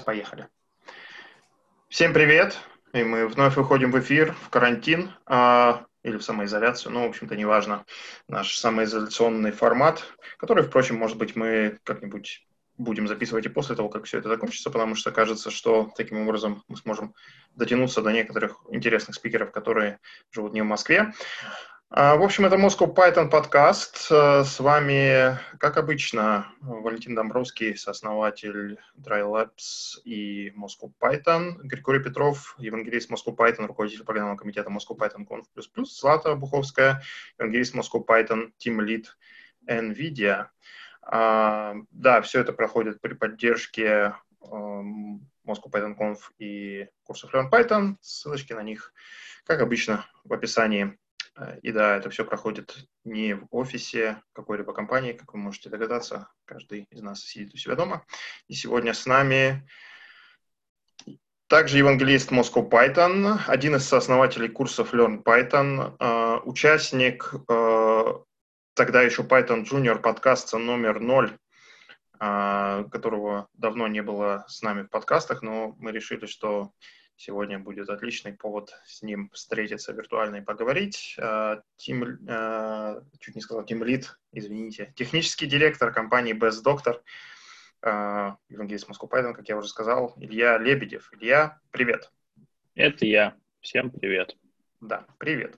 Поехали. Всем привет! И мы вновь выходим в эфир, в карантин или в самоизоляцию. Ну, в общем-то, неважно. Наш самоизоляционный формат, который, впрочем, может быть, мы как-нибудь будем записывать и после того, как все это закончится, потому что кажется, что таким образом мы сможем дотянуться до некоторых интересных спикеров, которые живут не в Москве. В общем, это Moscow Python подкаст. С вами, как обычно, Валентин Домбровский, сооснователь Dry Labs и Moscow Python, Григорий Петров, евангелист Moscow Python, руководитель программного комитета Moscow Python Conf++, Злата Буховская, евангелист Moscow Python, Team Lead NVIDIA. Да, все это проходит при поддержке Moscow Python Conf и курсов Learn Python. Ссылочки на них, как обычно, в описании. И да, это все проходит не в офисе какой-либо компании, как вы можете догадаться. Каждый из нас сидит у себя дома. И сегодня с нами также евангелист Moscow Python, один из сооснователей курсов Learn Python, участник тогда еще Python Junior подкаста номер 0, которого давно не было с нами в подкастах, но мы решили, что сегодня будет отличный повод с ним встретиться виртуально и поговорить. Чуть не сказал Team Lead, извините. Технический директор компании Best Doctor, евангелист Moscow Python, как я уже сказал, Илья Лебедев. Илья, привет. Это я. Всем привет. Да, привет.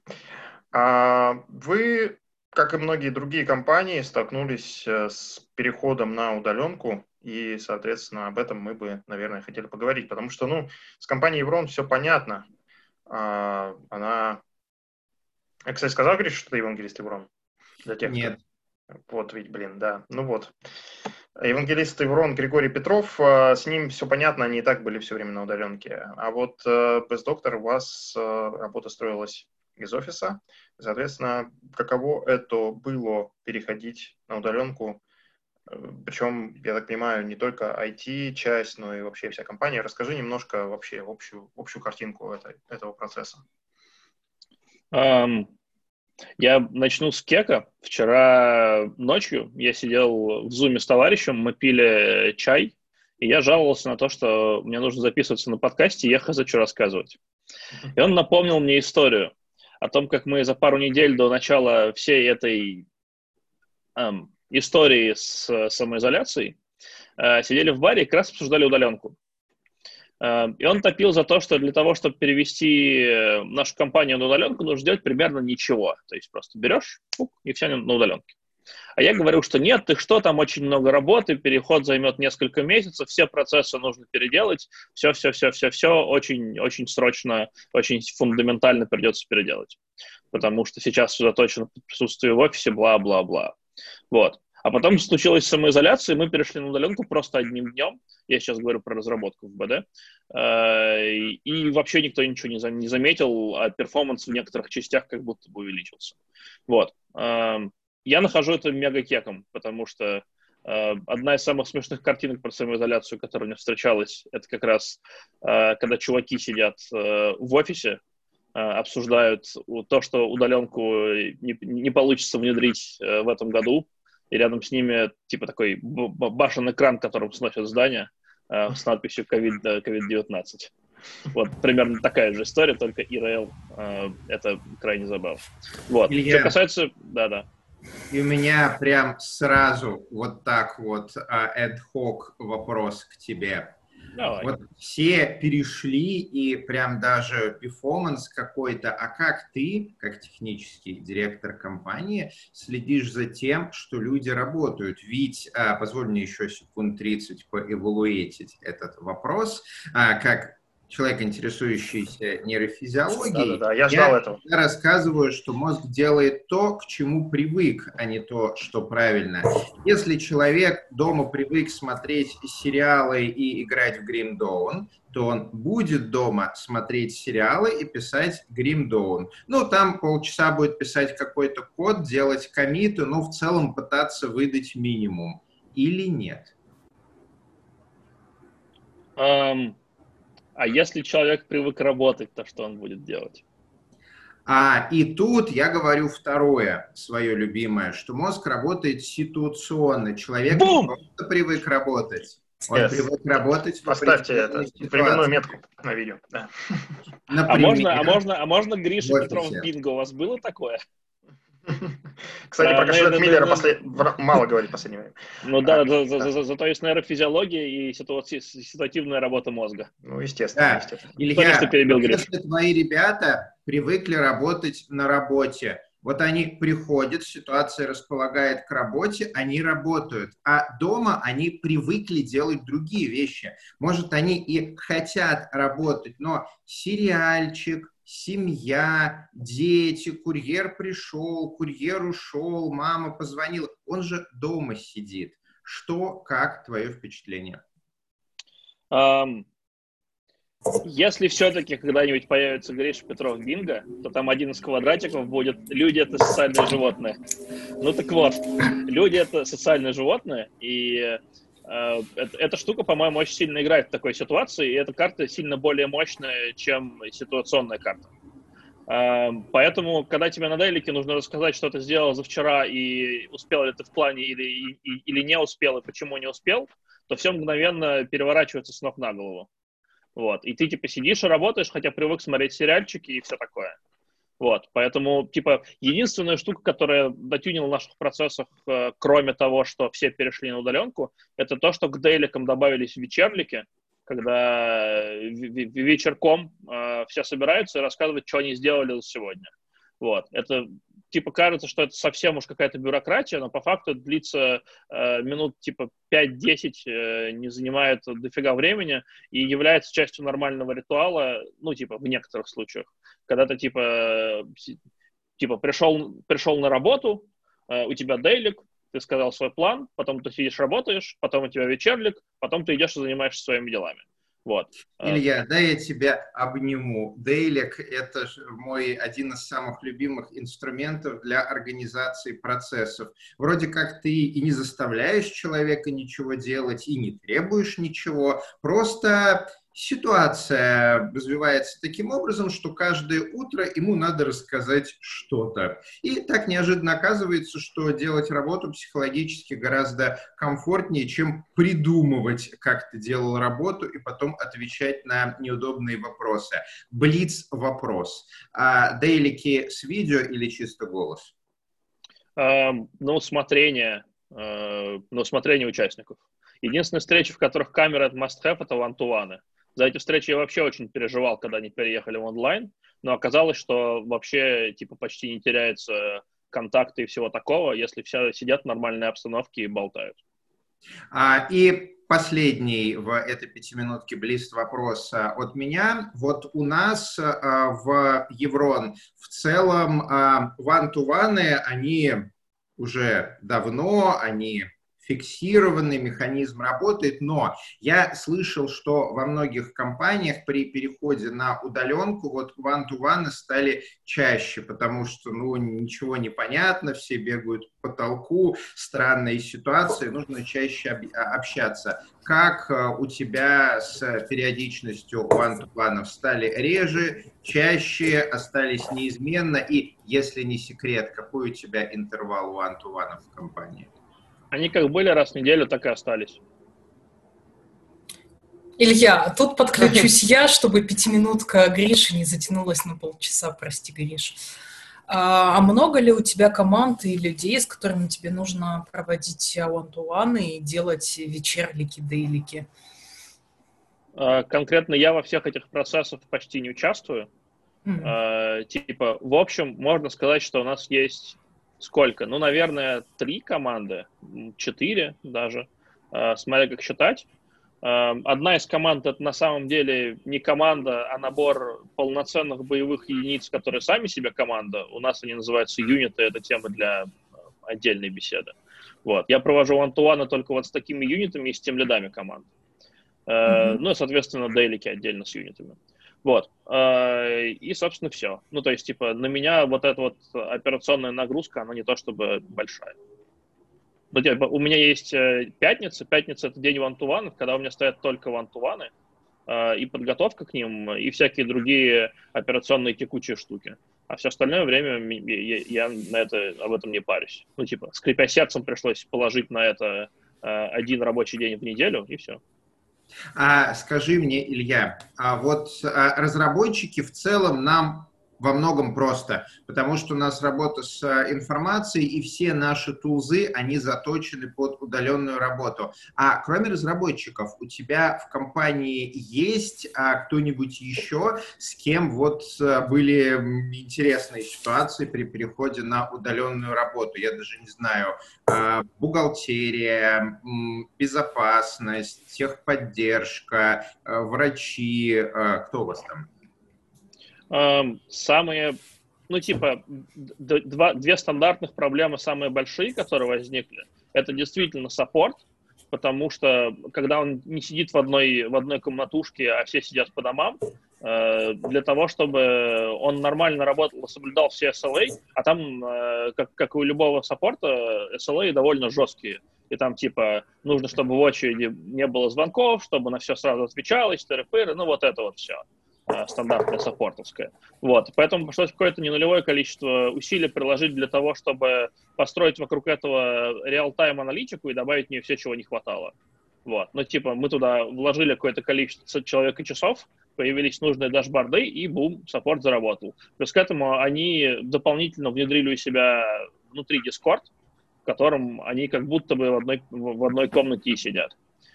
Вы, как и многие другие компании, столкнулись с переходом на удаленку. И, соответственно, об этом мы бы, наверное, хотели поговорить, потому что, с компанией Evron все понятно. Она... Я, кстати, сказал, Гриш, что ты евангелист Evron? Для тех, Нет. Вот, ведь, да. Евангелист Evron Григорий Петров, с ним все понятно, они и так были все время на удаленке. А вот Best Doctor у вас работа строилась из офиса. Соответственно, каково это было переходить на удаленку? Причем, я так понимаю, не только IT-часть, но и вообще вся компания. Расскажи немножко вообще общую картинку этого процесса. Я начну с кека. Вчера ночью я сидел в зуме с товарищем, мы пили чай, и я жаловался на то, что мне нужно записываться на подкасте, и я хочу рассказывать. И он напомнил мне историю о том, как мы за пару недель до начала всей этой истории с самоизоляцией сидели в баре и как раз обсуждали удаленку. И он топил за то, что для того, чтобы перевести нашу компанию на удаленку, нужно сделать примерно ничего. То есть просто берешь, и все на удаленке. А я говорю, что нет, ты что, там очень много работы, переход займет несколько месяцев, все процессы нужно переделать, все очень, очень срочно, очень фундаментально придется переделать. Потому что сейчас сосредоточено присутствие в офисе, бла-бла-бла. Вот. А потом случилась самоизоляция, и мы перешли на удаленку просто одним днем. Я сейчас говорю про разработку в БД. И вообще никто ничего не заметил, а перформанс в некоторых частях как будто бы увеличился. Вот. Я нахожу это мега-кеком, потому что одна из самых смешных картинок про самоизоляцию, которая мне встречалась, это как раз когда чуваки сидят в офисе, обсуждают то, что удаленку не получится внедрить в этом году, и рядом с ними типа такой башенный экран, которым сносят здание с надписью COVID-19. Вот, примерно такая же история, только ИРЛ. Это крайне забавно. Вот. Илья, что касается... Да. И у меня прям сразу вот так вот ad-hoc вопрос к тебе. Давай. Вот все перешли, и прям даже перформанс какой-то. А как ты, как технический директор компании, следишь за тем, что люди работают? Ведь, позволь мне еще секунд 30 поэвалуэтить этот вопрос, как человек, интересующийся нейрофизиологией, Да, я ждал этого. Я рассказываю, что мозг делает то, к чему привык, а не то, что правильно. Если человек дома привык смотреть сериалы и играть в Grim Dawn, то он будет дома смотреть сериалы и писать Grim Dawn. Там полчаса будет писать какой-то код, делать коммиты, в целом пытаться выдать минимум. Или нет? А если человек привык работать, то что он будет делать? И тут я говорю второе, свое любимое, что мозг работает ситуационно. Человек не просто привык работать. Он привык работать в Поставьте определенной это, временную ситуации. метку на видео. Да. Например, можно Гриша в Петров офисе. бинго? У вас было такое? Кстати, про кошелек Миллера Ну, мало говорит в последнее время. ну да, Да. зато есть нейрофизиология и ситуативная работа мозга. Ну, естественно, Да, естественно. Sorry, что Илья, перебил, вот Гриш. если твои ребята привыкли работать на работе, вот они приходят, ситуация располагает к работе, они работают, а дома они привыкли делать другие вещи. Может, они и хотят работать, но сериальчик, семья, дети, курьер пришел, курьер ушел, мама позвонила, он же дома сидит. Что, как твое впечатление? Если все-таки когда-нибудь появится Гриша Петров бинго, то там один из квадратиков будет «Люди — это социальные животные». Ну так вот, люди — это социальные животные, и эта штука, по-моему, очень сильно играет в такой ситуации, и эта карта сильно более мощная, чем ситуационная карта. Поэтому, когда тебе на дейлике нужно рассказать, что ты сделал за вчера, и успел ли ты в плане, или не успел, и почему не успел, то все мгновенно переворачивается с ног на голову. Вот. И ты, типа, сидишь и работаешь, хотя привык смотреть сериальчики и все такое. Вот. Поэтому, типа, единственная штука, которая дотюнила в наших процессах, кроме того, что все перешли на удаленку, это то, что к дейликам добавились вечерлики, когда вечерком все собираются и рассказывают, что они сделали за сегодня. Вот. Это, типа, кажется, что это совсем уж какая-то бюрократия, но по факту это длится минут, типа, 5-10, не занимает дофига времени и является частью нормального ритуала, ну, типа, в некоторых случаях. Когда ты, типа пришел на работу, у тебя дейлик, ты сказал свой план, потом ты сидишь, работаешь, потом у тебя вечерлик, потом ты идешь и занимаешься своими делами. Вот. Илья, да, я тебя обниму. Дейлик — это мой один из самых любимых инструментов для организации процессов. Вроде как ты и не заставляешь человека ничего делать, и не требуешь ничего, просто ситуация развивается таким образом, что каждое утро ему надо рассказать что-то. И так неожиданно оказывается, что делать работу психологически гораздо комфортнее, чем придумывать, как ты делал работу, и потом отвечать на неудобные вопросы. Блиц-вопрос. Дейлики с видео или чисто голос? На усмотрение участников. Единственная встреча, в которых камера это must-have, это one-to-one. За эти встречи я вообще очень переживал, когда они переехали в онлайн, но оказалось, что вообще типа почти не теряются контакты и всего такого, если все сидят в нормальной обстановке и болтают. И последний в этой пятиминутке блиц-вопрос от меня. Вот у нас в Еврон в целом one-to-one, они уже давно, они фиксированный механизм работает, но я слышал, что во многих компаниях при переходе на удаленку вот one-to-one стали чаще, потому что, ну, ничего не понятно, все бегают по потолку, странные ситуации, нужно чаще общаться. Как у тебя с периодичностью one-to-one стали реже, чаще, остались неизменно, и, если не секрет, какой у тебя интервал one-to-one в компании? Они как были раз в неделю, так и остались. Илья, тут подключусь я, чтобы пятиминутка Гриши не затянулась на полчаса, прости, Гриш. А много ли у тебя команд и людей, с которыми тебе нужно проводить one-to-one и делать вечерлики, дейлики? Конкретно я во всех этих процессах почти не участвую. Типа, в общем, можно сказать, что у нас есть сколько? Ну, наверное, 3 команды, 4 даже, смотря как считать. Одна из команд — это на самом деле не команда, а набор полноценных боевых единиц, которые сами себе команда. У нас они называются юниты, это тема для отдельной беседы. Вот. Я провожу one-to-one только вот с такими юнитами и с тимлидами команд. Ну и, соответственно, дейлики отдельно с юнитами. Вот. И, собственно, все. Ну, то есть, типа, на меня вот эта вот операционная нагрузка, она не то чтобы большая. Ну, типа, у меня есть пятница. Пятница — это день one-to-one, когда у меня стоят только one-to-one, и подготовка к ним, и всякие другие операционные текучие штуки. А все остальное время я об этом не парюсь. Ну, типа, скрипя сердцем, пришлось положить на это один рабочий день в неделю, и все. Скажи мне, Илья, разработчики в целом нам во многом просто, потому что у нас работа с информацией, и все наши тулзы, они заточены под удаленную работу. А кроме разработчиков, у тебя в компании есть кто-нибудь еще, с кем были интересные ситуации при переходе на удаленную работу? Я даже не знаю, бухгалтерия, безопасность, техподдержка, врачи, кто у вас там? Самые, две стандартных проблемы, самые большие, которые возникли, это действительно саппорт, потому что когда он не сидит в одной комнатушке, а все сидят по домам, для того, чтобы он нормально работал и соблюдал все SLA, а там, как и у любого саппорта, SLA довольно жесткие. И там, нужно, чтобы в очереди не было звонков, чтобы на все сразу отвечалось, тыры-пыры, это вот все. Стандартная саппортовская. Поэтому пришлось какое-то ненулевое количество усилий приложить для того, чтобы построить вокруг этого реал-тайм аналитику и добавить в нее все, чего не хватало. Мы туда вложили какое-то количество человек и часов, появились нужные дашборды, и бум, саппорт заработал. Плюс к этому они дополнительно внедрили у себя внутри Discord, в котором они как будто бы в одной комнате и сидят.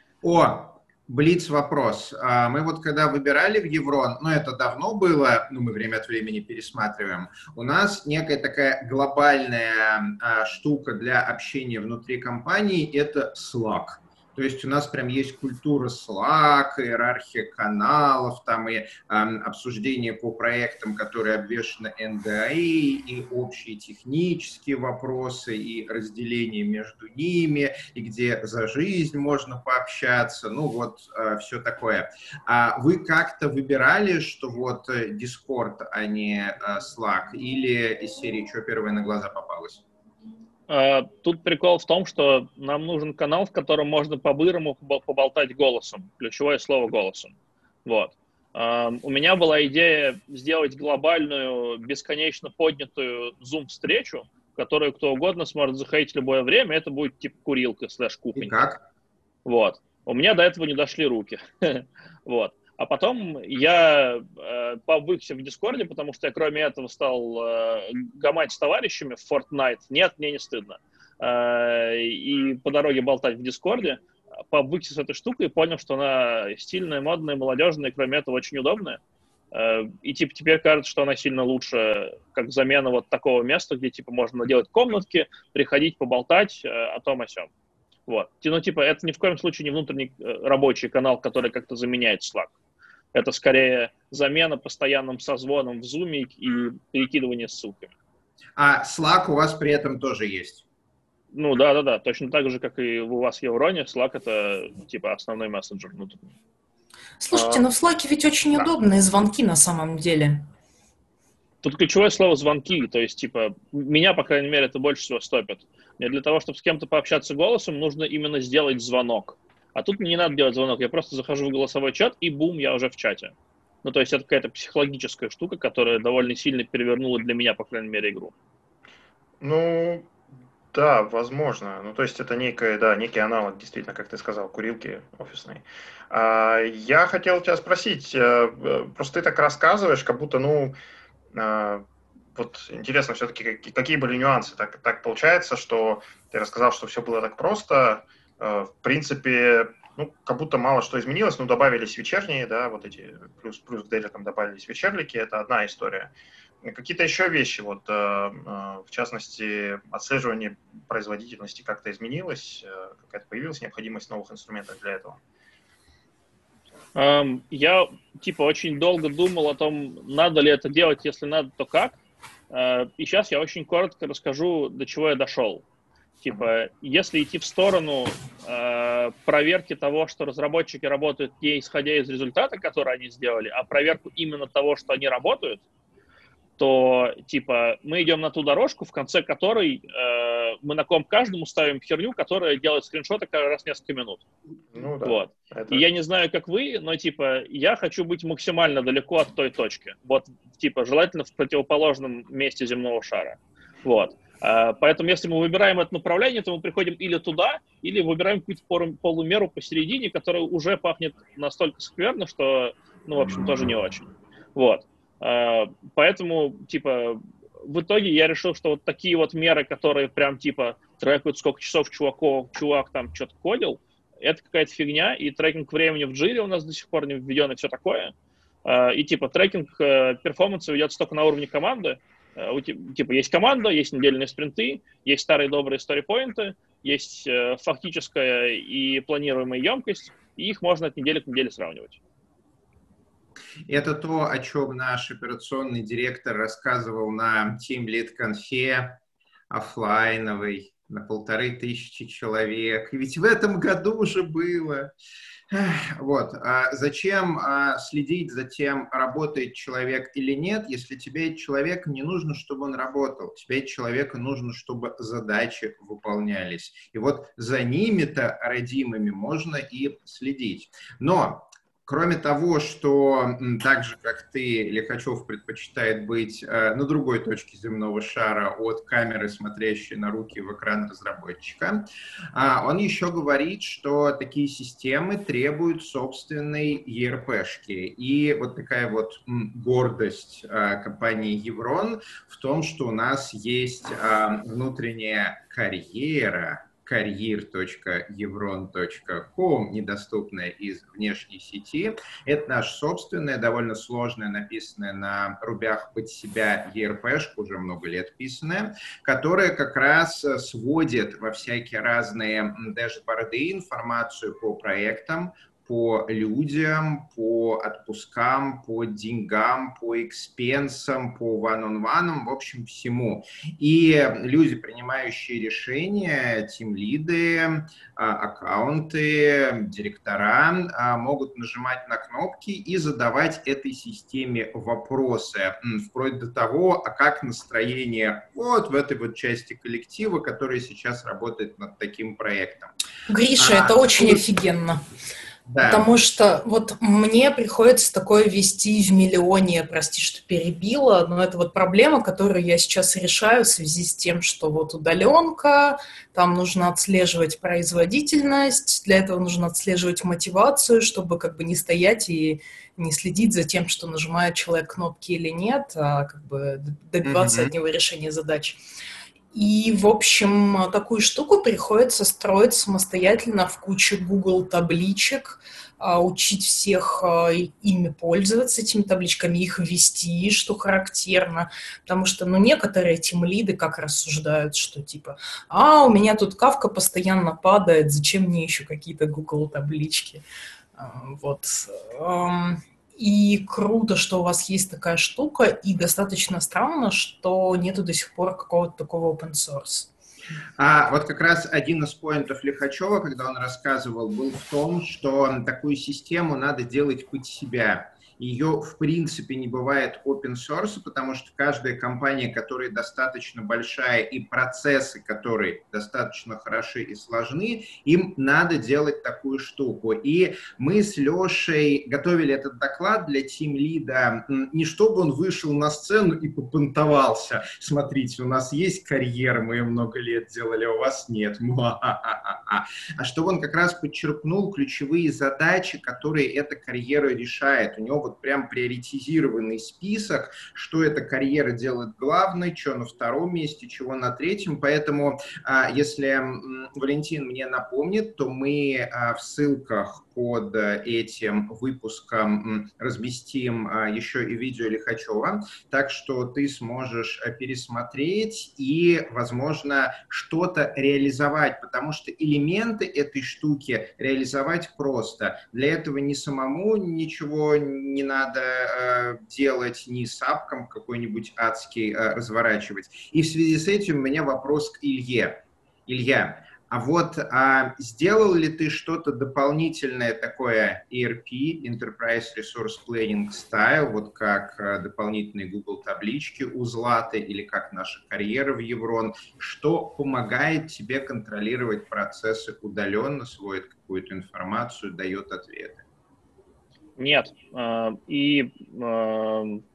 Блиц-вопрос. Мы когда выбирали в Еврон, это давно было, мы время от времени пересматриваем, у нас некая такая глобальная штука для общения внутри компании – это Slack. То есть у нас прям есть культура Slack, иерархия каналов, там и обсуждения по проектам, которые обвешаны NDA, и общие технические вопросы, и разделение между ними, и где за жизнь можно пообщаться, все такое. А вы как-то выбирали, что Discord, а не Slack, или из серии «Что первое на глаза попалось»? Тут прикол в том, что нам нужен канал, в котором можно по-бырому поболтать голосом. Ключевое слово голосом. У меня была идея сделать глобальную, бесконечно поднятую Zoom-встречу, в которую кто угодно сможет заходить в любое время. Это будет типа курилка /кухонька. И как? У меня до этого не дошли руки. А потом я повыкся в Дискорде, потому что я кроме этого стал гамать с товарищами в Fortnite. Нет, мне не стыдно. И по дороге болтать в Дискорде, повыкся с этой штукой и понял, что она стильная, модная, молодежная, и кроме этого очень удобная. И теперь кажется, что она сильно лучше, как замена такого места, где можно делать комнатки, приходить поболтать о том о сём. Это ни в коем случае не внутренний рабочий канал, который как-то заменяет Slack. Это скорее замена постоянным созвоном в Zoom и перекидывание ссылками. А Slack у вас при этом тоже есть? Да. Точно так же, как и у вас в Евроне, Slack — это основной мессенджер внутренний. Слушайте, в Slack ведь очень удобные звонки на самом деле. Тут ключевое слово «звонки», то есть, меня, по крайней мере, это больше всего стопит. Мне для того, чтобы с кем-то пообщаться голосом, нужно именно сделать звонок. А тут мне не надо делать звонок, я просто захожу в голосовой чат, и бум, я уже в чате. То есть это какая-то психологическая штука, которая довольно сильно перевернула для меня, по крайней мере, игру. Да, возможно. То есть это некий аналог, действительно, как ты сказал, курилки офисной. Я хотел тебя спросить, просто ты так рассказываешь, как будто, интересно все-таки, какие были нюансы. Так получается, что ты рассказал, что все было так просто. В принципе, как будто мало что изменилось. Добавились вечерние, да, эти, плюс к деликам добавились вечерлики. Это одна история. Какие-то еще вещи, в частности, отслеживание производительности как-то изменилось? Какая-то появилась необходимость новых инструментов для этого? Я, очень долго думал о том, надо ли это делать, если надо, то как. И сейчас я очень коротко расскажу, до чего я дошел. Если идти в сторону проверки того, что разработчики работают не исходя из результата, который они сделали, а проверку именно того, что они работают, то, мы идем на ту дорожку, в конце которой мы на комп каждому ставим херню, которая делает скриншоты каждый раз несколько минут. И я не знаю, как вы, но, я хочу быть максимально далеко от той точки. Желательно в противоположном месте земного шара. Поэтому если мы выбираем это направление, то мы приходим или туда, или выбираем какую-то полумеру посередине, которая уже пахнет настолько скверно, что, ну, в общем, тоже не очень. Вот. Поэтому, типа, в итоге я решил, что вот такие вот меры, которые прям, типа, трекают, сколько часов чувак там что-то кодил, это какая-то фигня, и трекинг времени в Jira у нас до сих пор не введен, и все такое. И, типа, трекинг перформанса ведется только на уровне команды. Типа, есть команда, есть недельные спринты, есть старые добрые сторипоинты, есть фактическая и планируемая емкость, и их можно от недели к неделе сравнивать. Это то, о чем наш операционный директор рассказывал на Team Lead конфе офлайновой на 1500 человек. Ведь в этом году уже было. Вот. Зачем следить за тем, работает человек или нет, если тебе человеку не нужно, чтобы он работал. Тебе человеку нужно, чтобы задачи выполнялись. И вот за ними-то, родимыми, можно и следить. Но кроме того, что так же, как ты, Лихачев предпочитает быть на другой точке земного шара от камеры, смотрящей на руки в экран разработчика, он еще говорит, что такие системы требуют собственной ERP-шки. И вот такая вот гордость компании Еврон в том, что у нас есть внутренняя карьера, career.evron.com, недоступная из внешней сети. Это наша собственная, довольно сложная, написанная на рубях под себя ERP-шка, уже много лет писанная, которая как раз сводит во всякие разные дэшборды информацию по проектам, по людям, по отпускам, по деньгам, по экспенсам, по one-on-one, в общем, всему. И люди, принимающие решения, тимлиды, аккаунты, директора, могут нажимать на кнопки и задавать этой системе вопросы, вплоть до того, а как настроение вот в этой вот части коллектива, который сейчас работает над таким проектом. Гриша, это очень офигенно. Да. Потому что вот мне приходится такое вести в миллионе, прости, что перебила, но это вот проблема, которую я сейчас решаю в связи с тем, что вот удаленка, там нужно отслеживать производительность, для этого нужно отслеживать мотивацию, чтобы как бы не стоять и не следить за тем, что нажимает человек кнопки или нет, а как бы добиваться от него решения задач. И, в общем, такую штуку приходится строить самостоятельно в куче Google табличек, учить всех ими пользоваться, этими табличками, их вести, что характерно. Потому что, ну, некоторые тимлиды как рассуждают, что типа, у меня тут Kafka постоянно падает, зачем мне еще какие-то Google таблички? Вот. И круто, что у вас есть такая штука, и достаточно странно, что нету до сих пор какого-то такого open source. Вот как раз один из поинтов Лихачева, когда он рассказывал, был в том, что такую систему надо делать под себя. Ее, в принципе, не бывает open source, потому что каждая компания, которая достаточно большая, и процессы, которые достаточно хороши и сложны, им надо делать такую штуку. И мы с Лешей готовили этот доклад для тимлида, не чтобы он вышел на сцену и попонтовался. Смотрите, у нас есть карьера, мы ее много лет делали, а у вас нет. А чтобы он как раз подчеркнул ключевые задачи, которые эта карьера решает. У него вот прям приоритизированный список, что эта карьера делает главной, что на втором месте, чего на третьем. Поэтому, если Валентин мне напомнит, то мы в ссылках под этим выпуском разместим еще и видео Лихачева, так что ты сможешь пересмотреть и, возможно, что-то реализовать, потому что элементы этой штуки реализовать просто. Для этого ни самому ничего не надо делать, ни сапком какой-нибудь адский разворачивать. И в связи с этим у меня вопрос к Илье. Илья, а вот сделал ли ты что-то дополнительное такое ERP, Enterprise Resource Planning Style, вот как дополнительные Google таблички у Златы или как наша карьера в Еврон, что помогает тебе контролировать процессы удаленно, сводит какую-то информацию, дает ответы? Нет. И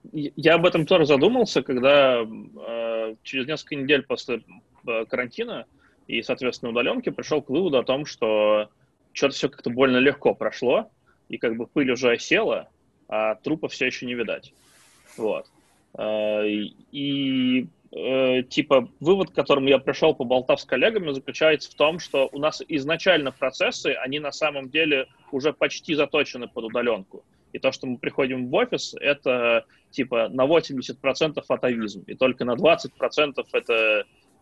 Я об этом тоже задумался, когда через несколько недель после карантина и, соответственно, удаленки пришел к выводу о том, что что-то все как-то больно легко прошло, и как бы пыль уже осела, а трупа все еще не видать. Вот. Типа, вывод, к которому я пришел, поболтав с коллегами, заключается в том, что у нас изначально процессы, они на самом деле уже почти заточены под удаленку. И то, что мы приходим в офис, это типа на 80% атовизм, и только на 20% это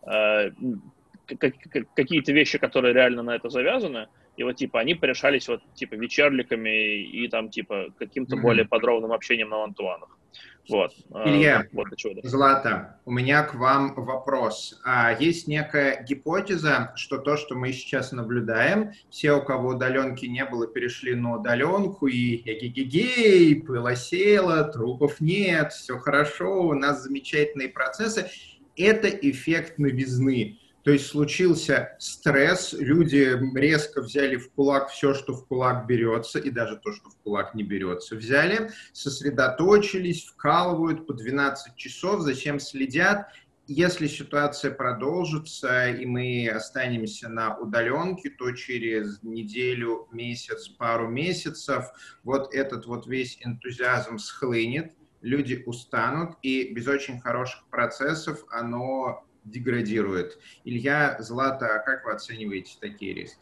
какие-то вещи, которые реально на это завязаны, и вот типа они порешались вот типа вечерликами и там типа каким-то более подробным общением на ван-ту-ванах. Вот. Илья, вот до чего дошло. Злата, у меня к вам вопрос. Есть некая гипотеза, что то, что мы сейчас наблюдаем, все, у кого удаленки не было, перешли на удаленку, и эгегегей, пыль осела, трупов нет, все хорошо, у нас замечательные процессы. Это эффект новизны. То есть случился стресс, люди резко взяли в кулак все, что в кулак берется, и даже то, что в кулак не берется, взяли, сосредоточились, вкалывают по 12 часов, зачем следят. Если ситуация продолжится, и мы останемся на удаленке, то через неделю, месяц, пару месяцев вот этот вот весь энтузиазм схлынет, люди устанут, и без очень хороших процессов оно деградирует. Илья, Злата, как вы оцениваете такие риски?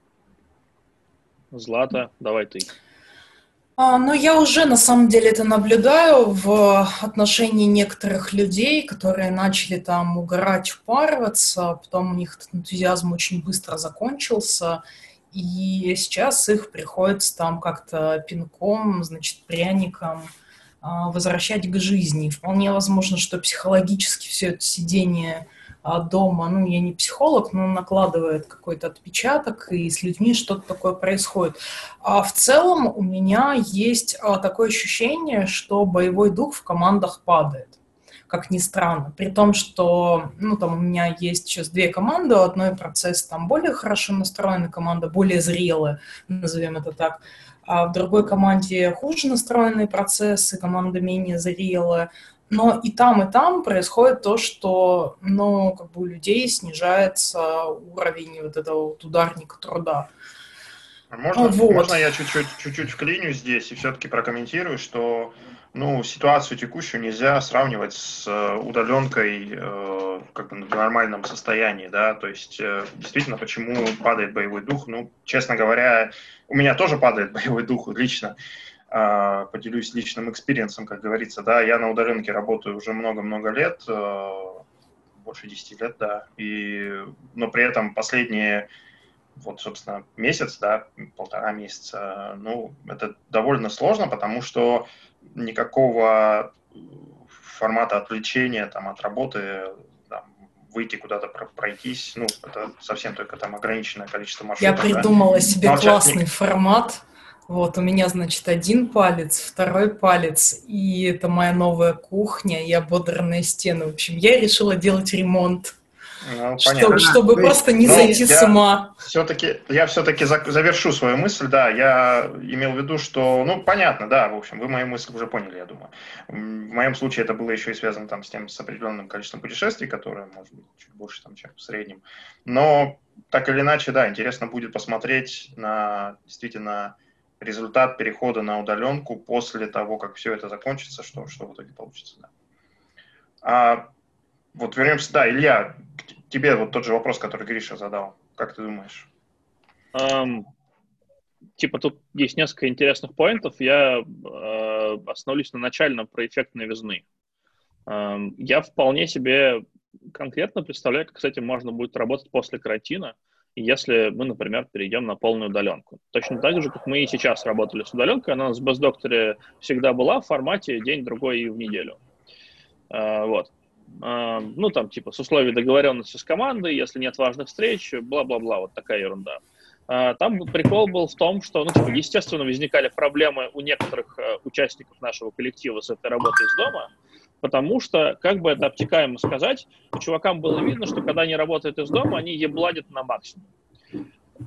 Злата, давай ты. Ну, я уже на самом деле это наблюдаю в отношении некоторых людей, которые начали там угорать, упарываться, потом у них этот энтузиазм очень быстро закончился, и сейчас их приходится там как-то пинком, значит, пряником возвращать к жизни. Вполне возможно, что психологически все это сидение дома, ну, я не психолог, но накладывает какой-то отпечаток, и с людьми что-то такое происходит. А в целом у меня есть такое ощущение, что боевой дух в командах падает, как ни странно. При том, что, ну, там у меня есть сейчас две команды, у одной процесс там более хорошо настроенная команда, более зрелая, назовем это так, а в другой команде хуже настроенные процессы, команда менее зрелая. Но и там происходит то, что, ну, как бы у людей снижается уровень вот этого вот ударника труда. Можно я чуть-чуть вклиню здесь и все-таки прокомментирую, что ну, ситуацию текущую нельзя сравнивать с удаленкой как бы в нормальном состоянии, да, то есть действительно, почему падает боевой дух, ну, честно говоря, у меня тоже падает боевой дух лично, поделюсь личным экспириенсом, как говорится, да, я на удаленке работаю уже много-много лет, больше 10 лет, да, но при этом последние вот, собственно, месяц, да, 1,5 месяца, ну, это довольно сложно, потому что никакого формата отвлечения там, от работы, там, выйти куда-то пройтись, ну, это совсем только там ограниченное количество маршрутов. Я придумала себе классный формат. Вот, у меня, значит, один палец, второй палец, и это моя новая кухня, и ободранные стены. В общем, я решила делать ремонт. Ну, чтобы просто не сойти с ума. Я все-таки завершу свою мысль, да, я имел в виду, что, ну, понятно, да, в общем, вы мою мысль уже поняли, я думаю. В моем случае это было еще и связано там с определенным количеством путешествий, которое, может быть, чуть больше, там, чем в среднем. Но, так или иначе, да, интересно будет посмотреть на, действительно, результат перехода на удаленку после того, как все это закончится, что в итоге получится, да. Вот вернемся, да, Илья, к тебе вот тот же вопрос, который Гриша задал. Как ты думаешь? Типа тут есть несколько интересных поинтов. Я остановлюсь на начальном про эффект новизны. Я вполне себе конкретно представляю, как с этим можно будет работать после карантина, если мы, например, перейдем на полную удаленку. Точно так же, как мы и сейчас работали с удаленкой, она у нас в Бездокторе всегда была в формате день-другой и в неделю. Вот. Ну, там, типа, с условием договоренности с командой, если нет важных встреч, бла-бла-бла, вот такая ерунда. Там прикол был в том, что, ну, типа, естественно, возникали проблемы у некоторых участников нашего коллектива с этой работой из дома, потому что, как бы это обтекаемо сказать, у чувакам было видно, что когда они работают из дома, они ебладят на максимум.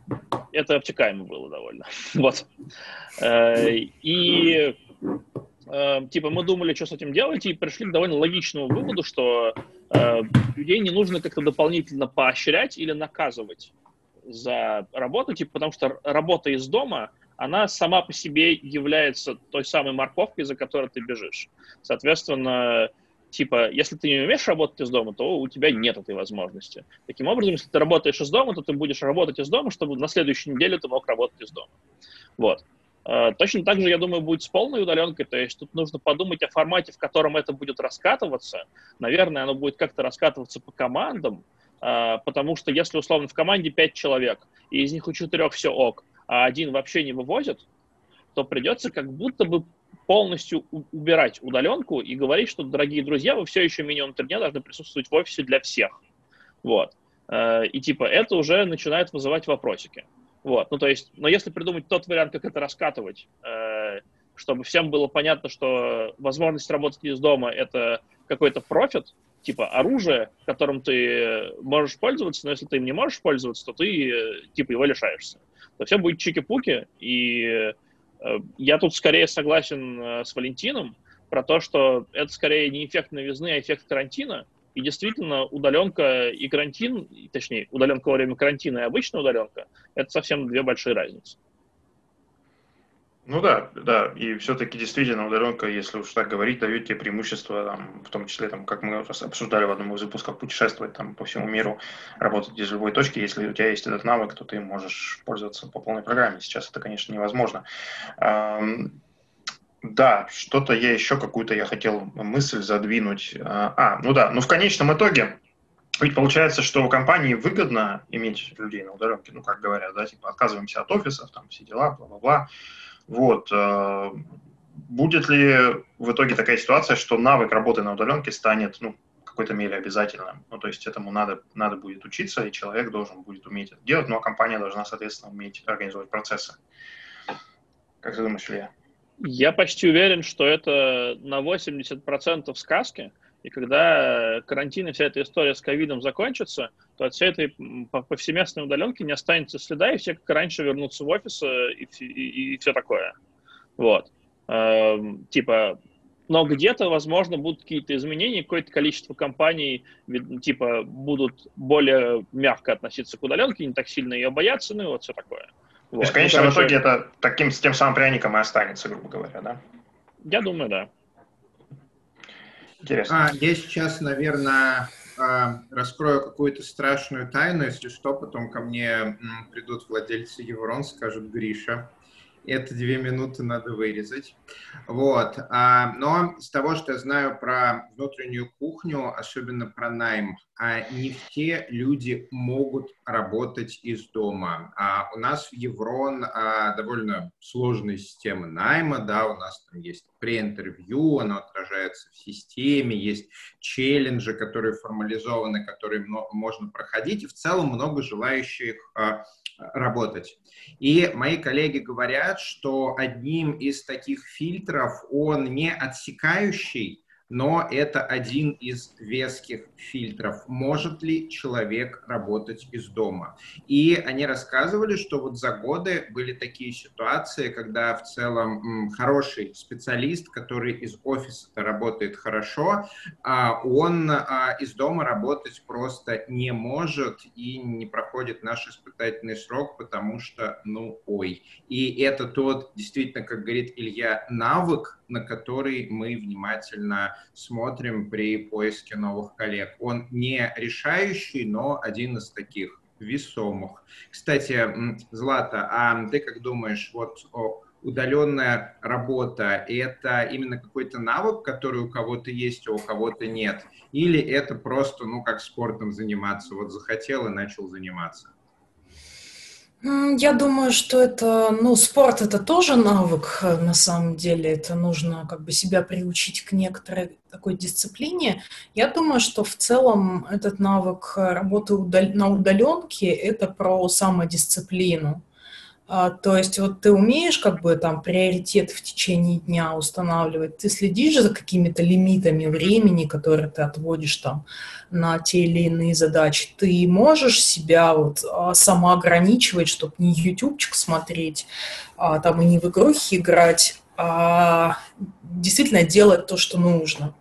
Это обтекаемо было довольно. Вот. И типа, мы думали, что с этим делать, и пришли к довольно логичному выводу, что людей не нужно как-то дополнительно поощрять или наказывать за работу, типа, потому что работа из дома, она сама по себе является той самой морковкой, за которой ты бежишь. Соответственно, типа, если ты не умеешь работать из дома, то у тебя нет этой возможности. Таким образом, если ты работаешь из дома, то ты будешь работать из дома, чтобы на следующей неделе ты мог работать из дома. Вот. Точно так же, я думаю, будет с полной удаленкой, то есть тут нужно подумать о формате, в котором это будет раскатываться. Наверное, оно будет как-то раскатываться по командам, потому что если, условно, в команде 5 человек, и из них у 4 все ок, а один вообще не вывозит, то придется как будто бы полностью убирать удаленку и говорить, что, дорогие друзья, вы все еще минимум 3 дня должны присутствовать в офисе для всех. Вот. И типа это уже начинает вызывать вопросики. Вот. Ну, то есть, но если придумать тот вариант, как это раскатывать, чтобы всем было понятно, что возможность работать из дома – это какой-то профит, типа оружие, которым ты можешь пользоваться, но если ты им не можешь пользоваться, то ты типа его лишаешься. То все будет чики-пуки, и я тут скорее согласен с Валентином про то, что это скорее не эффект новизны, а эффект карантина. И действительно, удаленка и карантин, точнее, удаленка во время карантина и обычная удаленка, это совсем 2 большие разницы. Ну да, да, и все-таки действительно удаленка, если уж так говорить, дает тебе преимущество, там, в том числе, там, как мы обсуждали в одном из выпусков, путешествовать там, по всему миру, работать из любой точки. Если у тебя есть этот навык, то ты можешь пользоваться по полной программе. Сейчас это, конечно, невозможно. Да, что-то я еще какую-то я хотел мысль задвинуть. Ну да, ну в конечном итоге ведь получается, что компании выгодно иметь людей на удаленке, ну как говорят, да, типа отказываемся от офисов, там все дела, бла-бла-бла. Вот. Будет ли в итоге такая ситуация, что навык работы на удаленке станет, ну, в какой-то мере обязательным? Ну, то есть этому надо будет учиться, и человек должен будет уметь это делать, но компания должна, соответственно, уметь организовать процессы. Как ты думаешь, Илья? Я почти уверен, что это на 80% сказки, и когда карантин и вся эта история с ковидом закончится, то от всей этой повсеместной удаленки не останется следа, и все как раньше вернутся в офис и все такое. Вот. Типа, но где-то, возможно, будут какие-то изменения, какое-то количество компаний, типа, будут более мягко относиться к удаленке, не так сильно ее бояться, ну и вот все такое. Вот. То есть, конечно, в итоге это с тем самым пряником и останется, грубо говоря, да? Я думаю, да. Интересно. Я сейчас, наверное, раскрою какую-то страшную тайну, если что, потом ко мне придут владельцы Еврон, скажут: Гриша, это 2 минуты надо вырезать. Вот. Но с того, что я знаю про внутреннюю кухню, особенно про найм, не все люди могут работать из дома. У нас в Еврон довольно сложная система найма, да, у нас там есть преинтервью, оно отражается в системе, есть челленджи, которые формализованы, которые можно проходить, и в целом много желающих работать. И мои коллеги говорят, что одним из таких фильтров, он не отсекающий, но это один из веских фильтров. Может ли человек работать из дома? И они рассказывали, что вот за годы были такие ситуации, когда в целом хороший специалист, который из офиса работает хорошо, он из дома работать просто не может и не проходит наш испытательный срок, потому что, И это тот, действительно, как говорит Илья, навык, на который мы внимательно смотрим при поиске новых коллег. Он не решающий, но один из таких весомых. Кстати, Злата, а ты как думаешь, вот удаленная работа – это именно какой-то навык, который у кого-то есть, а у кого-то нет? Или это просто, как спортом заниматься? Вот захотел и начал заниматься. Я думаю, что это, спорт – это тоже навык, на самом деле. Это нужно как бы себя приучить к некоторой такой дисциплине. Я думаю, что в целом этот навык работы на удаленке – это про самодисциплину. То есть вот ты умеешь как бы там приоритет в течение дня устанавливать, ты следишь за какими-то лимитами времени, которые ты отводишь там на те или иные задачи, ты можешь себя вот самоограничивать, чтобы не ютубчик смотреть, там и не в игрухи играть, а действительно делать то, что нужно.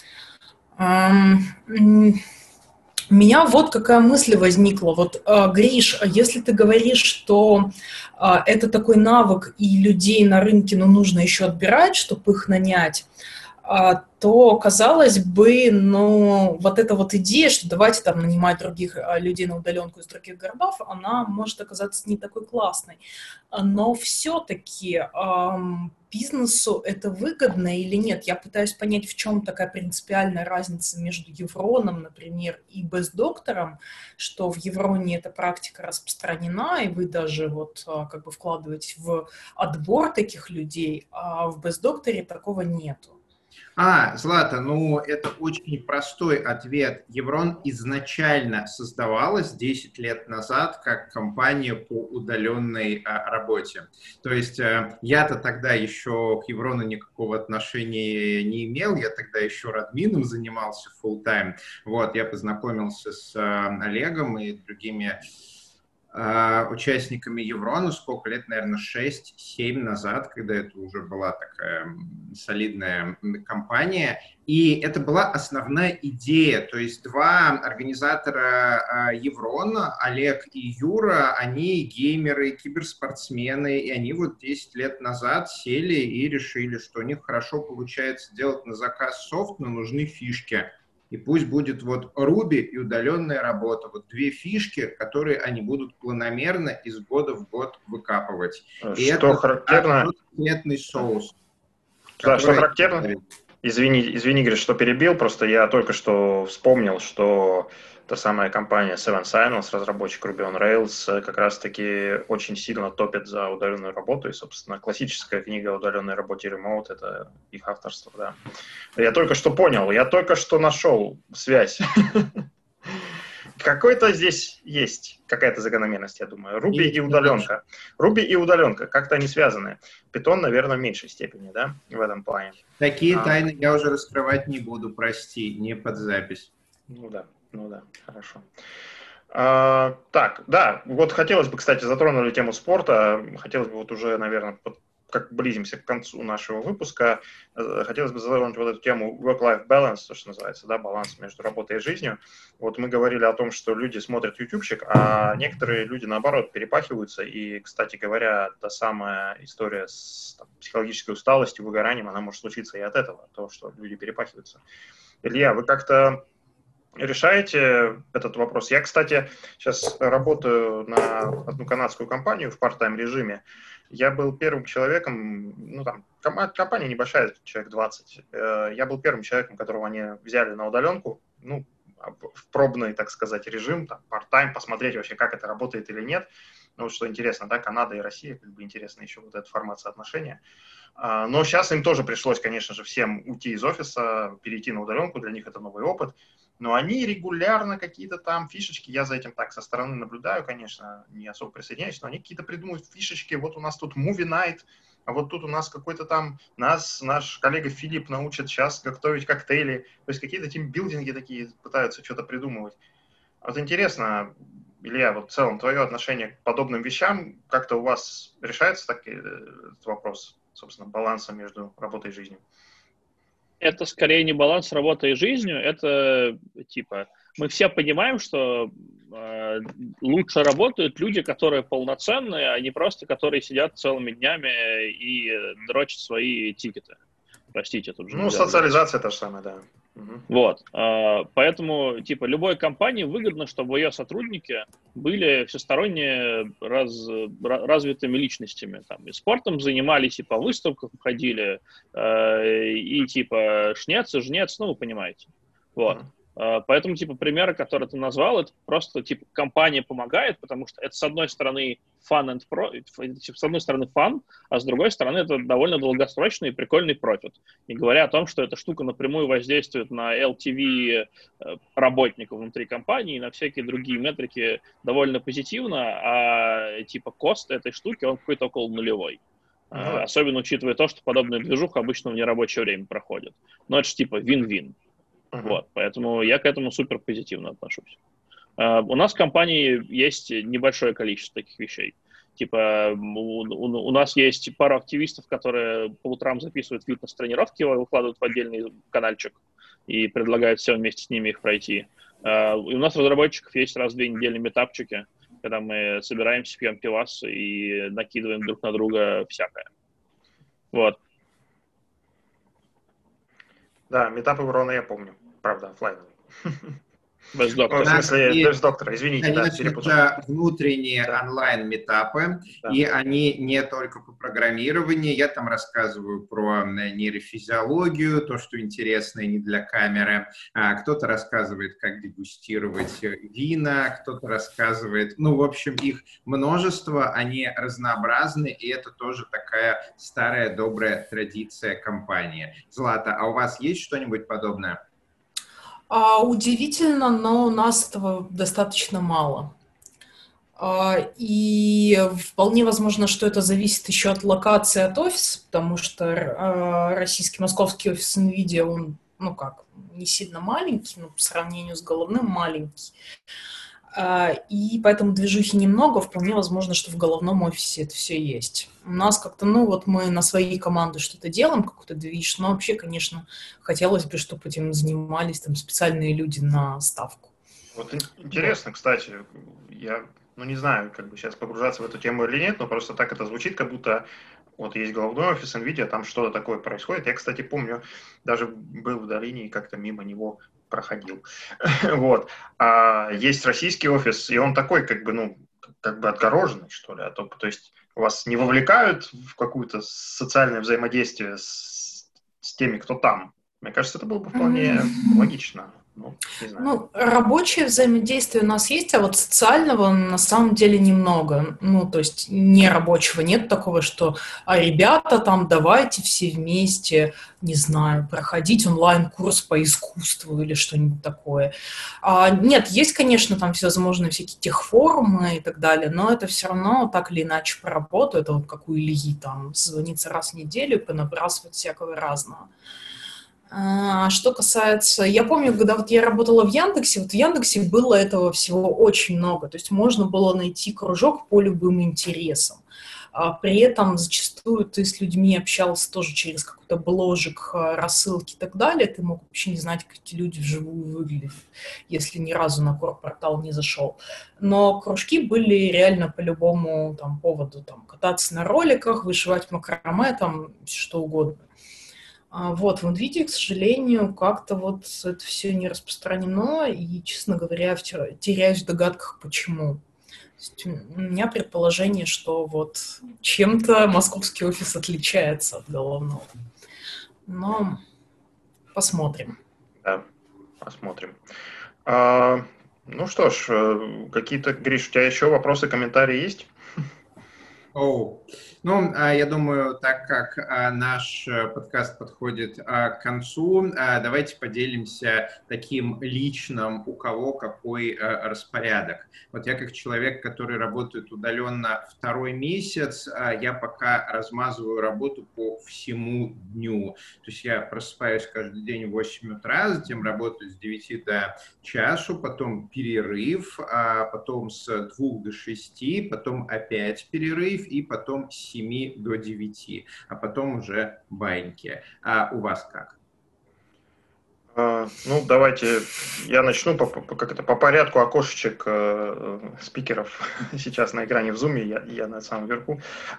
У меня вот какая мысль возникла. Вот, Гриш, если ты говоришь, что это такой навык, и людей на рынке, нужно еще отбирать, чтобы их нанять, то, казалось бы, вот эта вот идея, что давайте там нанимать других людей на удаленку из других городов, она может оказаться не такой классной. Но все-таки бизнесу это выгодно или нет? Я пытаюсь понять, в чем такая принципиальная разница между Евроном, например, и Бездоктором, что в Евроне эта практика распространена, и вы даже вот как бы вкладываете в отбор таких людей, а в Бездокторе такого нету. Злата, это очень простой ответ. Еврон изначально создавалась 10 лет назад как компания по удаленной работе. То есть я-то тогда еще к Еврону никакого отношения не имел, я тогда еще админом занимался full-time. Вот, я познакомился с Олегом и другими участниками Еврона, сколько лет, наверное, 6-7 назад, когда это уже была такая солидная компания. И это была основная идея. То есть два организатора Еврона, Олег и Юра, они геймеры, киберспортсмены, и они вот 10 лет назад сели и решили, что у них хорошо получается делать на заказ софт, но нужны фишки. И пусть будет вот Ruby и удаленная работа. Вот две фишки, которые они будут планомерно из года в год выкапывать. И что это характерно... секретный соус. Да, что характерно... Извини, Гриш, что перебил, просто я только что вспомнил, что та самая компания Seven Signals, разработчик Ruby on Rails, как раз-таки очень сильно топит за удаленную работу, и, собственно, классическая книга о удаленной работе Remote — это их авторство, да. Я только что понял, я только что нашел связь. Какой-то здесь есть какая-то закономерность, я думаю. Ruby и удаленка. Ruby и удаленка, как-то они связаны. Python, наверное, в меньшей степени, да, в этом плане. Такие тайны я уже раскрывать не буду, прости, не под запись. Ну да, хорошо. Так, да, вот хотелось бы, кстати, затронули тему спорта. Хотелось бы вот уже, наверное, как близимся к концу нашего выпуска, хотелось бы затронуть вот эту тему work-life balance, то, что называется, да, баланс между работой и жизнью. Вот мы говорили о том, что люди смотрят ютубчик, а некоторые люди, наоборот, перепахиваются. И, кстати говоря, та самая история с психологической усталостью, выгоранием, она может случиться и от этого, от того, что люди перепахиваются. Илья, вы как-то решаете этот вопрос? Я, кстати, сейчас работаю на одну канадскую компанию в part-time режиме. Я был первым человеком, компания небольшая, человек 20, я был первым человеком, которого они взяли на удаленку, в пробный, так сказать, режим, part-time, посмотреть вообще, как это работает или нет. Вот что интересно, да, Канада и Россия, как бы интересно еще вот этот формат соотношения. Но сейчас им тоже пришлось, конечно же, всем уйти из офиса, перейти на удаленку, для них это новый опыт. Но они регулярно какие-то там фишечки, я за этим так со стороны наблюдаю, конечно, не особо присоединяюсь, но они какие-то придумывают фишечки, вот у нас тут movie night, а вот тут у нас какой-то там, наш коллега Филипп научит сейчас готовить коктейли, то есть какие-то тимбилдинги такие пытаются что-то придумывать. Вот интересно, Илья, вот в целом твое отношение к подобным вещам, как-то у вас решается этот вопрос, собственно, баланса между работой и жизнью? Это скорее не баланс работы и жизнью, это типа мы все понимаем, что лучше работают люди, которые полноценные, а не просто которые сидят целыми днями и дрочат свои тикеты. Простите, тут же. Социализация та же самая, да. Угу. Вот. Поэтому, любой компании выгодно, чтобы ее сотрудники были всесторонне развитыми личностями. Там, и спортом занимались, и по выставкам ходили, и шнец, и жнец, вы понимаете. Вот. Поэтому, примеры, которые ты назвал, это просто, компания помогает, потому что это, с одной стороны, с одной стороны, фан, а с другой стороны, это довольно долгосрочный и прикольный профит. Не говоря о том, что эта штука напрямую воздействует на LTV работников внутри компании и на всякие другие метрики довольно позитивно, а, кост этой штуки, он какой-то около нулевой. Особенно учитывая то, что подобная движуха обычно в нерабочее время проходит. Но это же вин-вин. Вот, поэтому я к этому супер позитивно отношусь. У нас в компании есть небольшое количество таких вещей. Типа, у нас есть пара активистов, которые по утрам записывают фитнес-тренировки, выкладывают в отдельный канальчик и предлагают всем вместе с ними их пройти. И у нас разработчиков есть раз в 2 недели метапчики, когда мы собираемся, пьем пивас и накидываем друг на друга всякое. Вот. Да, метапы Ворона я помню. Правда, офлайновые. Без доктора. В смысле, И, без доктора, извините, да, конечно перепутал. же, внутренние онлайн-метапы, Да. и они не только по программированию. Я там рассказываю про нейрофизиологию, то, что интересно и не для камеры. Кто-то рассказывает, как дегустировать вина, кто-то рассказывает... Ну, в общем, их множество, они разнообразны, и это тоже такая старая добрая традиция компании. Злата, а у вас есть что-нибудь подобное? Удивительно, но у нас этого достаточно мало. И вполне возможно, что это зависит еще от локации, от офиса, потому что российский, московский офис NVIDIA, он, ну как, не сильно маленький, но по сравнению с головным маленький. И поэтому движухи немного, вполне возможно, что в головном офисе это все есть. У нас как-то, ну вот мы на своей команды что-то делаем, какой-то движ, но вообще, конечно, хотелось бы, чтобы этим занимались там специальные люди на ставку. Вот интересно, кстати, я, ну не знаю, как бы сейчас погружаться в эту тему или нет, но просто так это звучит, как будто вот есть головной офис NVIDIA, там что-то такое происходит. Я, кстати, помню, даже был в долине и как-то мимо него проходил. Вот. А есть российский офис, и он такой, как бы, ну, как бы отгороженный, что ли. То есть вас не вовлекают в какое-то социальное взаимодействие с теми, кто там. Мне кажется, это было бы вполне логично. Ну, не знаю. Ну, рабочее взаимодействие у нас есть, а вот социального на самом деле немного. Ну, то есть нерабочего. Нет такого, что ребята, там, давайте все вместе, не знаю, проходить онлайн-курс по искусству или что-нибудь такое. Нет, есть, конечно, там всевозможные всякие техфорумы и так далее, но это все равно так или иначе по работу. Это вот как у Ильи, там, звониться раз в неделю и понабрасывать всякого разного. Что касается... Я помню, когда вот я работала в Яндексе, вот в Яндексе было этого всего очень много. То есть можно было найти кружок по любым интересам. При этом зачастую ты с людьми общался тоже через какой-то бложик, рассылки и так далее. Ты мог вообще не знать, как эти люди вживую выглядят, если ни разу на корпортал не зашел. Но кружки были реально по любому там поводу. Там, кататься на роликах, вышивать макраме, там что угодно. Вот, в NVIDIA, к сожалению, как-то вот это все не распространено, и, честно говоря, теряюсь в догадках, почему. То есть у меня предположение, что вот чем-то московский офис отличается от головного. Но посмотрим. Да, посмотрим. Ну что ж, какие-то, Гриш, у тебя еще вопросы, комментарии есть? Ну, я думаю, так как наш подкаст подходит к концу, давайте поделимся таким личным, у кого какой распорядок. Вот я как человек, который работает удаленно 2-й месяц, я пока размазываю работу по всему дню. То есть я просыпаюсь каждый день в 8 утра, затем работаю с 9 до часу, потом перерыв, потом с 2 до 6, потом опять перерыв, и потом с 7 до 9, а потом уже баньки. А у вас как? Ну, давайте я начну по порядку окошечек спикеров сейчас на экране в Zoom, я на самом верху.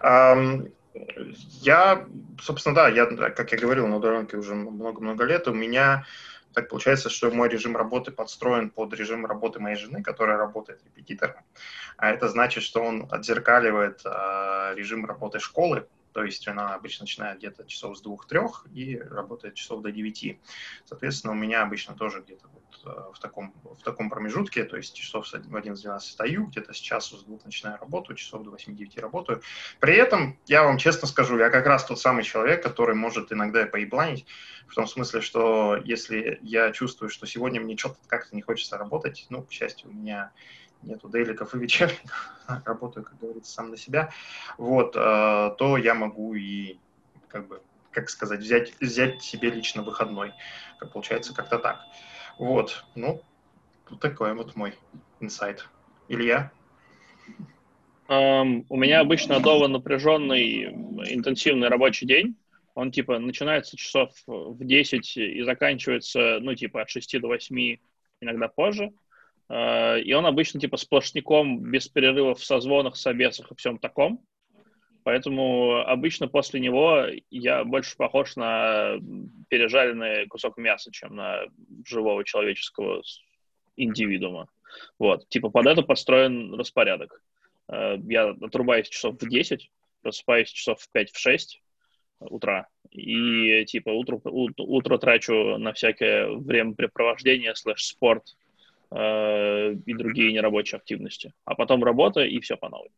Я, собственно, да, как я говорил, на удаленке уже много-много лет. У меня так получается, что мой режим работы подстроен под режим работы моей жены, которая работает репетитором. А это значит, что он отзеркаливает режим работы школы. То есть она обычно начинает где-то часов с 2-3 и работает часов до 9. Соответственно, у меня обычно тоже где-то вот в таком промежутке, то есть часов в 11-12 встаю, где-то с часу, с 2 начинаю работу, часов до 8-9 работаю. При этом, я вам честно скажу, я как раз тот самый человек, который может иногда поебланить, в том смысле, что если я чувствую, что сегодня мне что-то как-то не хочется работать, ну, к счастью, у меня нету дейликов и вечерников, работаю, как говорится, сам на себя, вот, то я могу и, как бы, как сказать, взять себе лично выходной. Получается как-то так. Вот, ну, вот такой вот мой инсайт. Илья? У меня обычно дома напряженный, интенсивный рабочий день. Он, типа, начинается часов в 10 и заканчивается, ну, типа, от 6 до 8, иногда позже. И он обычно, типа, сплошняком, без перерывов в созвонах, собесах и всем таком. Поэтому обычно после него я больше похож на пережаренный кусок мяса, чем на живого человеческого индивидуума. Вот. Типа, под это подстроен распорядок. Я отрубаюсь часов в 10, просыпаюсь часов в 5-6 утра. И, типа, утро трачу на всякое времяпрепровождение, /спорт и другие нерабочие активности. А потом работа, и все по новой.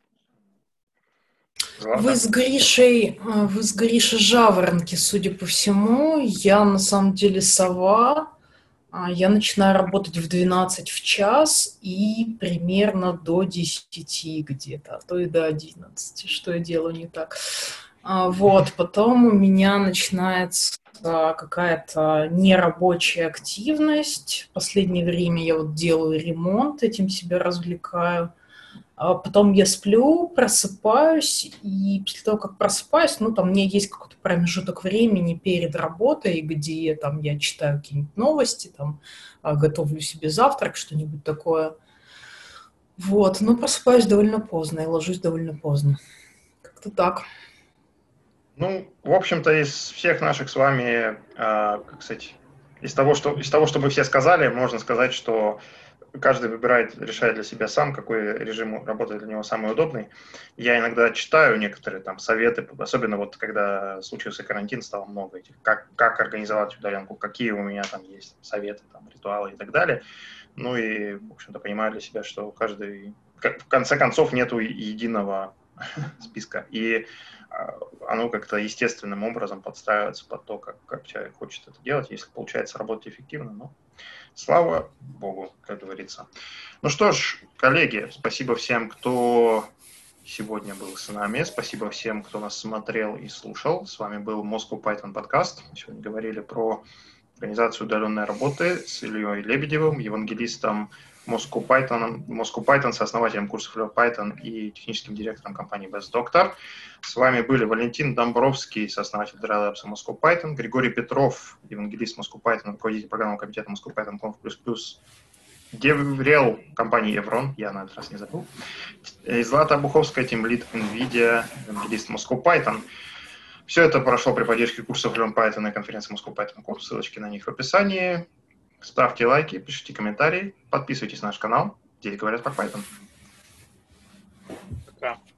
Вы с Гришей жаворонки, судя по всему. Я, на самом деле, сова. Я начинаю работать в 12 в час и примерно до 10 где-то, а то и до 11. Что я делаю не так? Вот, потом у меня начинается какая-то нерабочая активность. В последнее время я вот делаю ремонт, этим себя развлекаю. Потом я сплю, просыпаюсь, и после того, как просыпаюсь, ну, там у меня есть какой-то промежуток времени перед работой, где там я читаю какие-нибудь новости, там готовлю себе завтрак, что-нибудь такое. Вот, но просыпаюсь довольно поздно и ложусь довольно поздно. Как-то так. Ну, в общем-то, из всех наших с вами, как сказать, из того, что мы все сказали, можно сказать, что каждый решает для себя сам, какой режим работы для него самый удобный. Я иногда читаю некоторые там советы, особенно вот когда случился карантин, стало много этих, как организовать удаленку, какие у меня там есть советы, там, ритуалы и так далее. Ну и, в общем-то, понимаю для себя, что каждый, в конце концов, нету единого списка. И оно как-то естественным образом подстраивается под то, как человек хочет это делать, если получается работать эффективно. Ну, слава Богу, как говорится. Ну что ж, коллеги, спасибо всем, кто сегодня был с нами. Спасибо всем, кто нас смотрел и слушал. С вами был Moscow Python подкаст. Сегодня говорили про организацию удаленной работы с Ильей Лебедевым, евангелистом Moscow Python, сооснователем курсов Love Python и техническим директором компании Best Doctor. С вами были Валентин Домбровский, сооснователь Dry Labs Moscow Python, Григорий Петров, евангелист Moscow Python, руководитель программного комитета Moscow Python Conf++, Геврел компании Evron, я на этот раз не забыл, и Злата Буховская, тимлид NVIDIA, евангелист Moscow Python. Все это прошло при поддержке курсов Learn Python и конференции Moscow Python Conf. Ссылочки на них в описании. Ставьте лайки, пишите комментарии, подписывайтесь на наш канал. Здесь говорят про Python. Пока.